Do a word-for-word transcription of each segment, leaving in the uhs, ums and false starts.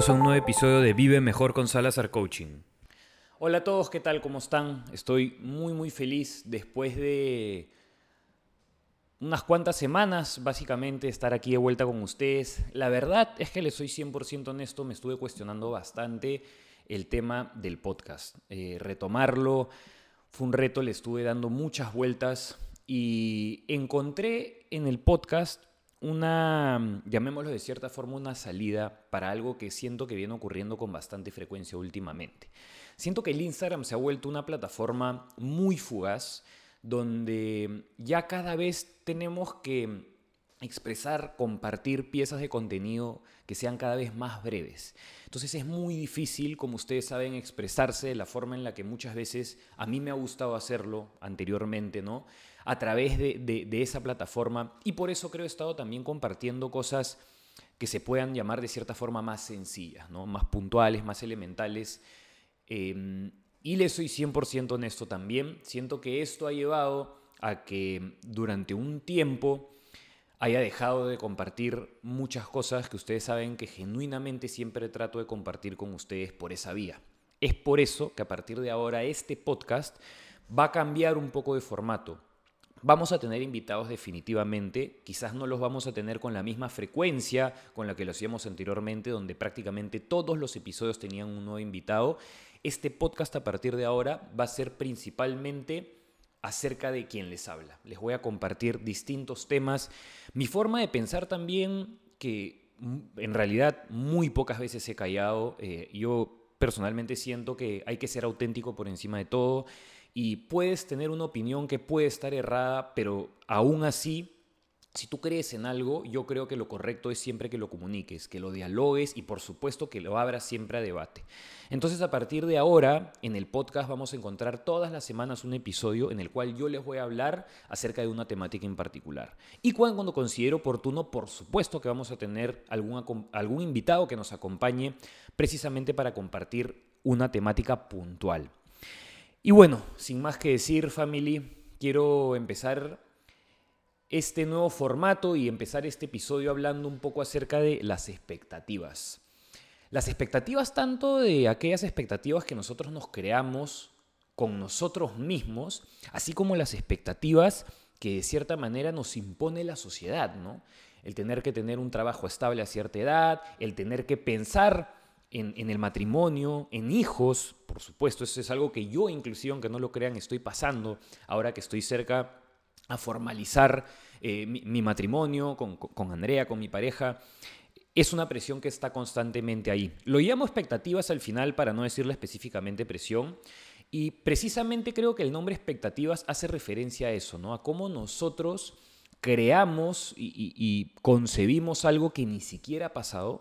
Bienvenidos a un nuevo episodio de Vive Mejor con Salazar Coaching. Hola a todos, ¿qué tal? ¿Cómo están? Estoy muy muy feliz después de unas cuantas semanas, básicamente, estar aquí de vuelta con ustedes. La verdad es que les soy cien por ciento honesto, me estuve cuestionando bastante el tema del podcast. Eh, retomarlo fue un reto, le estuve dando muchas vueltas y encontré en el podcast una, llamémoslo de cierta forma, una salida para algo que siento que viene ocurriendo con bastante frecuencia últimamente. Siento que el Instagram se ha vuelto una plataforma muy fugaz, donde ya cada vez tenemos que expresar, compartir piezas de contenido que sean cada vez más breves. Entonces es muy difícil, como ustedes saben, expresarse de la forma en la que muchas veces a mí me ha gustado hacerlo anteriormente, ¿no? A través de, de, de esa plataforma, y por eso creo he estado también compartiendo cosas que se puedan llamar de cierta forma más sencillas, ¿no? Más puntuales, más elementales. Eh, y les soy cien por ciento honesto también. Siento que esto ha llevado a que durante un tiempo haya dejado de compartir muchas cosas que ustedes saben que genuinamente siempre trato de compartir con ustedes por esa vía. Es por eso que a partir de ahora este podcast va a cambiar un poco de formato. Vamos a tener invitados definitivamente, quizás no los vamos a tener con la misma frecuencia con la que lo hacíamos anteriormente, donde prácticamente todos los episodios tenían un nuevo invitado. Este podcast a partir de ahora va a ser principalmente acerca de quien les habla. Les voy a compartir distintos temas. Mi forma de pensar también, que en realidad muy pocas veces he callado. Eh, yo personalmente siento que hay que ser auténtico por encima de todo. Y puedes tener una opinión que puede estar errada, pero aún así, si tú crees en algo, yo creo que lo correcto es siempre que lo comuniques, que lo dialogues y por supuesto que lo abras siempre a debate. Entonces, a partir de ahora, en el podcast vamos a encontrar todas las semanas un episodio en el cual yo les voy a hablar acerca de una temática en particular. Y cuando, cuando considere oportuno, por supuesto que vamos a tener algún, algún invitado que nos acompañe precisamente para compartir una temática puntual. Y bueno, sin más que decir, family, quiero empezar este nuevo formato y empezar este episodio hablando un poco acerca de las expectativas. Las expectativas tanto de aquellas expectativas que nosotros nos creamos con nosotros mismos, así como las expectativas que de cierta manera nos impone la sociedad, ¿no? El tener que tener un trabajo estable a cierta edad, el tener que pensar En, en el matrimonio, en hijos, por supuesto, eso es algo que yo inclusive, aunque no lo crean, estoy pasando ahora que estoy cerca a formalizar eh, mi, mi matrimonio con, con Andrea, con mi pareja. Es una presión que está constantemente ahí. Lo llamo expectativas al final para no decirle específicamente presión, y precisamente creo que el nombre expectativas hace referencia a eso, ¿no? A cómo nosotros creamos y, y, y concebimos algo que ni siquiera ha pasado.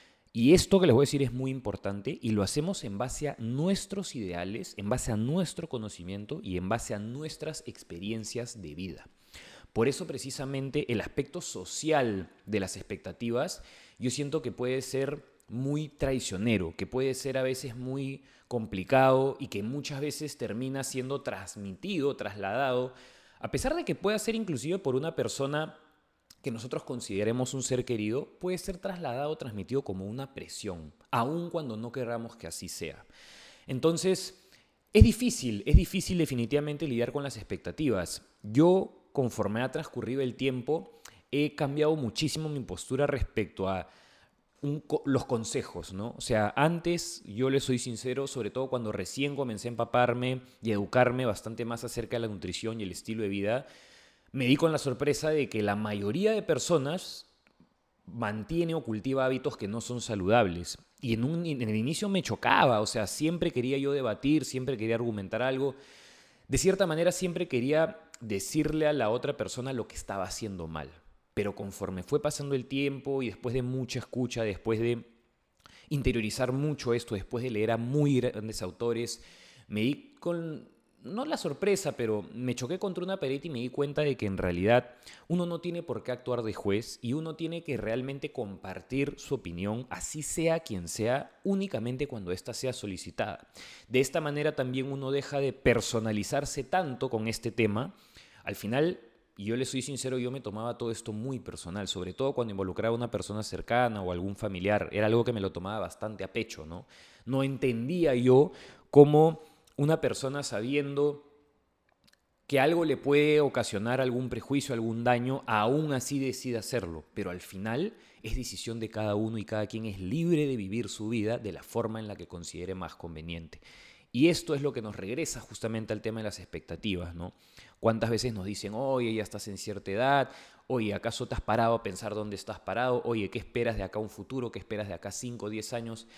Y esto que les voy a decir es muy importante y lo hacemos en base a nuestros ideales, en base a nuestro conocimiento y en base a nuestras experiencias de vida. Por eso precisamente el aspecto social de las expectativas yo siento que puede ser muy traicionero, que puede ser a veces muy complicado y que muchas veces termina siendo transmitido, trasladado, a pesar de que pueda ser inclusive por una persona que nosotros consideremos un ser querido, puede ser trasladado o transmitido como una presión, aun cuando no queramos que así sea. Entonces, es difícil, es difícil definitivamente lidiar con las expectativas. Yo, conforme ha transcurrido el tiempo, he cambiado muchísimo mi postura respecto a un, los consejos, ¿no? O sea, antes, yo les soy sincero, sobre todo cuando recién comencé a empaparme y educarme bastante más acerca de la nutrición y el estilo de vida, me di con la sorpresa de que la mayoría de personas mantiene o cultiva hábitos que no son saludables. Y en, un, en el inicio me chocaba, o sea, siempre quería yo debatir, siempre quería argumentar algo. De cierta manera siempre quería decirle a la otra persona lo que estaba haciendo mal. Pero conforme fue pasando el tiempo y después de mucha escucha, después de interiorizar mucho esto, después de leer a muy grandes autores, me di con... no la sorpresa, pero me choqué contra una pared y me di cuenta de que en realidad uno no tiene por qué actuar de juez y uno tiene que realmente compartir su opinión, así sea quien sea, únicamente cuando ésta sea solicitada. De esta manera también uno deja de personalizarse tanto con este tema. Al final, Y yo le soy sincero, yo me tomaba todo esto muy personal, sobre todo cuando involucraba a una persona cercana o algún familiar. Era algo que me lo tomaba bastante a pecho, ¿no? No entendía yo cómo una persona, sabiendo que algo le puede ocasionar algún prejuicio, algún daño, aún así decide hacerlo. Pero al final es decisión de cada uno y cada quien es libre de vivir su vida de la forma en la que considere más conveniente. Y esto es lo que nos regresa justamente al tema de las expectativas, ¿no? ¿Cuántas veces nos dicen, oye, ya estás en cierta edad? Oye, ¿acaso te has parado a pensar dónde estás parado? Oye, ¿qué esperas de acá a un futuro? ¿Qué esperas de acá cinco o diez años?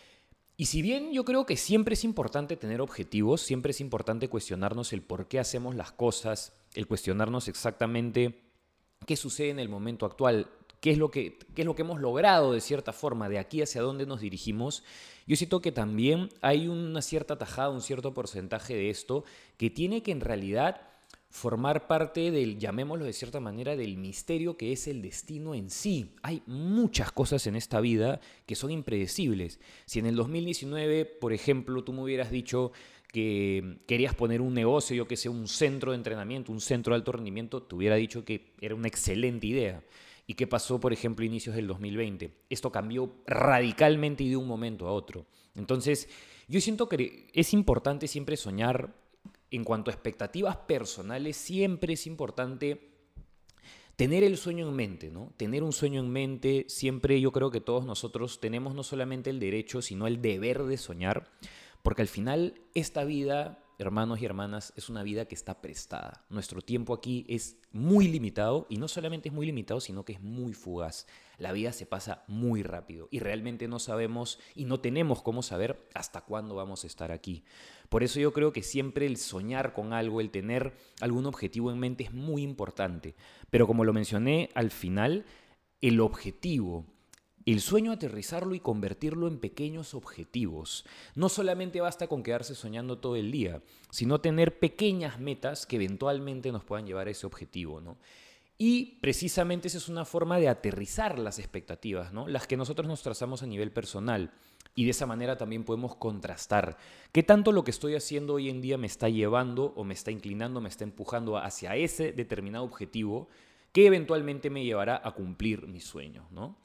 Y si bien yo creo que siempre es importante tener objetivos, siempre es importante cuestionarnos el por qué hacemos las cosas, el cuestionarnos exactamente qué sucede en el momento actual, qué es lo que, qué es lo que hemos logrado de cierta forma, de aquí hacia dónde nos dirigimos. Yo siento que también hay una cierta tajada, un cierto porcentaje de esto que tiene que en realidad formar parte del, llamémoslo de cierta manera, del misterio que es el destino en sí. Hay muchas cosas en esta vida que son impredecibles. Si en el dos mil diecinueve, por ejemplo, tú me hubieras dicho que querías poner un negocio, yo que sé, un centro de entrenamiento, un centro de alto rendimiento, te hubiera dicho que era una excelente idea. ¿Y qué pasó, por ejemplo, a inicios del dos mil veinte? Esto cambió radicalmente y de un momento a otro. Entonces, yo siento que es importante siempre soñar. En cuanto a expectativas personales, siempre es importante tener el sueño en mente, ¿no? Tener un sueño en mente, siempre yo creo que todos nosotros tenemos no solamente el derecho, sino el deber de soñar, porque al final esta vida, hermanos y hermanas, es una vida que está prestada. Nuestro tiempo aquí es muy limitado, y no solamente es muy limitado, sino que es muy fugaz. La vida se pasa muy rápido y realmente no sabemos y no tenemos cómo saber hasta cuándo vamos a estar aquí. Por eso yo creo que siempre el soñar con algo, el tener algún objetivo en mente es muy importante. Pero como lo mencioné al final, el objetivo, el sueño, aterrizarlo y convertirlo en pequeños objetivos. No solamente basta con quedarse soñando todo el día, sino tener pequeñas metas que eventualmente nos puedan llevar a ese objetivo, ¿no? Y precisamente esa es una forma de aterrizar las expectativas, ¿no? Las que nosotros nos trazamos a nivel personal. Y de esa manera también podemos contrastar qué tanto lo que estoy haciendo hoy en día me está llevando o me está inclinando, me está empujando hacia ese determinado objetivo que eventualmente me llevará a cumplir mis sueños, ¿no?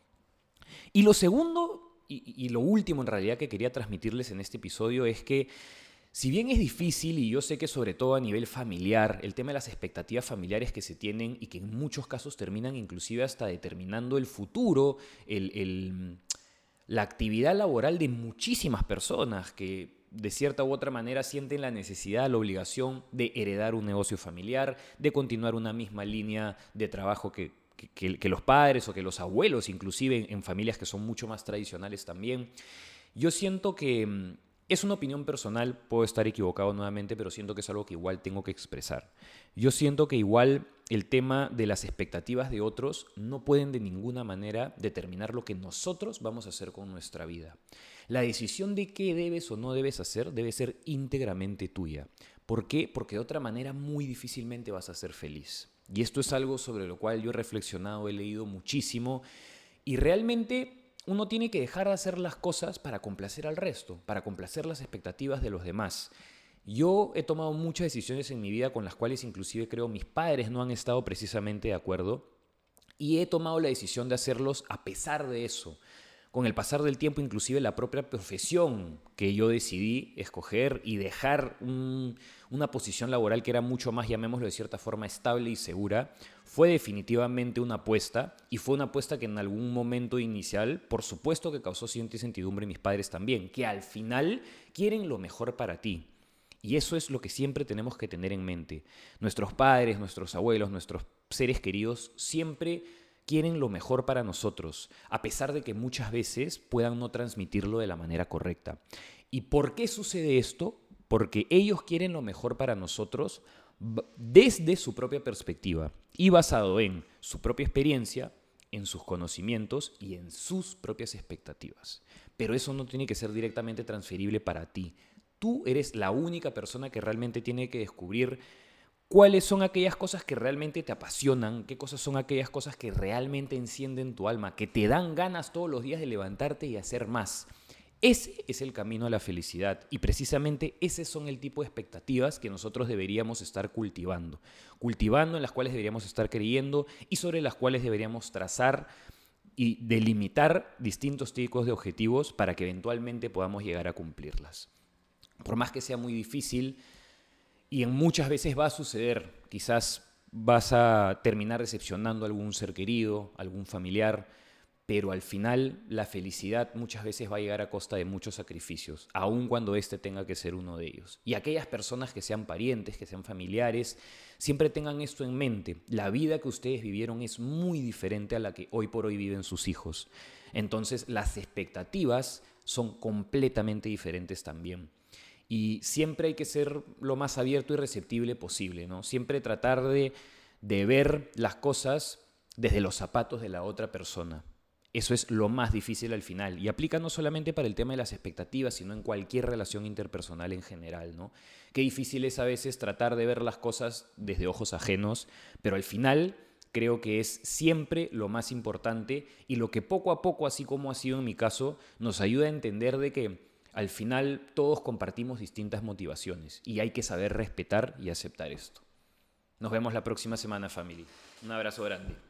Y lo segundo y, y lo último en realidad que quería transmitirles en este episodio es que si bien es difícil, y yo sé que sobre todo a nivel familiar, el tema de las expectativas familiares que se tienen y que en muchos casos terminan inclusive hasta determinando el futuro, el, el, la actividad laboral de muchísimas personas que de cierta u otra manera sienten la necesidad, la obligación de heredar un negocio familiar, de continuar una misma línea de trabajo que, que, que los padres o que los abuelos, inclusive en, en familias que son mucho más tradicionales también. Yo siento que es una opinión personal, puedo estar equivocado nuevamente, pero siento que es algo que igual tengo que expresar. Yo siento que igual el tema de las expectativas de otros no pueden de ninguna manera determinar lo que nosotros vamos a hacer con nuestra vida. La decisión de qué debes o no debes hacer debe ser íntegramente tuya. ¿Por qué? Porque de otra manera muy difícilmente vas a ser feliz. Y esto es algo sobre lo cual yo he reflexionado, he leído muchísimo y realmente uno tiene que dejar de hacer las cosas para complacer al resto, para complacer las expectativas de los demás. Yo he tomado muchas decisiones en mi vida con las cuales inclusive creo mis padres no han estado precisamente de acuerdo y he tomado la decisión de hacerlos a pesar de eso. Con el pasar del tiempo, inclusive la propia profesión que yo decidí escoger y dejar un, una posición laboral que era mucho más, llamémoslo de cierta forma, estable y segura, fue definitivamente una apuesta y fue una apuesta que en algún momento inicial, por supuesto que causó cierta incertidumbre en mis padres también, que al final quieren lo mejor para ti. Y eso es lo que siempre tenemos que tener en mente. Nuestros padres, nuestros abuelos, nuestros seres queridos siempre quieren lo mejor para nosotros, a pesar de que muchas veces puedan no transmitirlo de la manera correcta. ¿Y por qué sucede esto? Porque ellos quieren lo mejor para nosotros desde su propia perspectiva y basado en su propia experiencia, en sus conocimientos y en sus propias expectativas. Pero eso no tiene que ser directamente transferible para ti. Tú eres la única persona que realmente tiene que descubrir cuáles son aquellas cosas que realmente te apasionan, qué cosas son aquellas cosas que realmente encienden tu alma, que te dan ganas todos los días de levantarte y hacer más. Ese es el camino a la felicidad y precisamente ese son el tipo de expectativas que nosotros deberíamos estar cultivando. Cultivando, en las cuales deberíamos estar creyendo y sobre las cuales deberíamos trazar y delimitar distintos tipos de objetivos para que eventualmente podamos llegar a cumplirlas. Por más que sea muy difícil, y en muchas veces va a suceder, quizás vas a terminar decepcionando a algún ser querido, algún familiar, pero al final la felicidad muchas veces va a llegar a costa de muchos sacrificios, aun cuando este tenga que ser uno de ellos. Y aquellas personas que sean parientes, que sean familiares, siempre tengan esto en mente. La vida que ustedes vivieron es muy diferente a la que hoy por hoy viven sus hijos. Entonces las expectativas son completamente diferentes también. Y siempre hay que ser lo más abierto y receptible posible, ¿no? Siempre tratar de, de ver las cosas desde los zapatos de la otra persona. Eso es lo más difícil al final y aplica no solamente para el tema de las expectativas, sino en cualquier relación interpersonal en general, ¿no? Qué difícil es a veces tratar de ver las cosas desde ojos ajenos, pero al final creo que es siempre lo más importante y lo que poco a poco, así como ha sido en mi caso, nos ayuda a entender de que al final todos compartimos distintas motivaciones y hay que saber respetar y aceptar esto. Nos vemos la próxima semana, family. Un abrazo grande.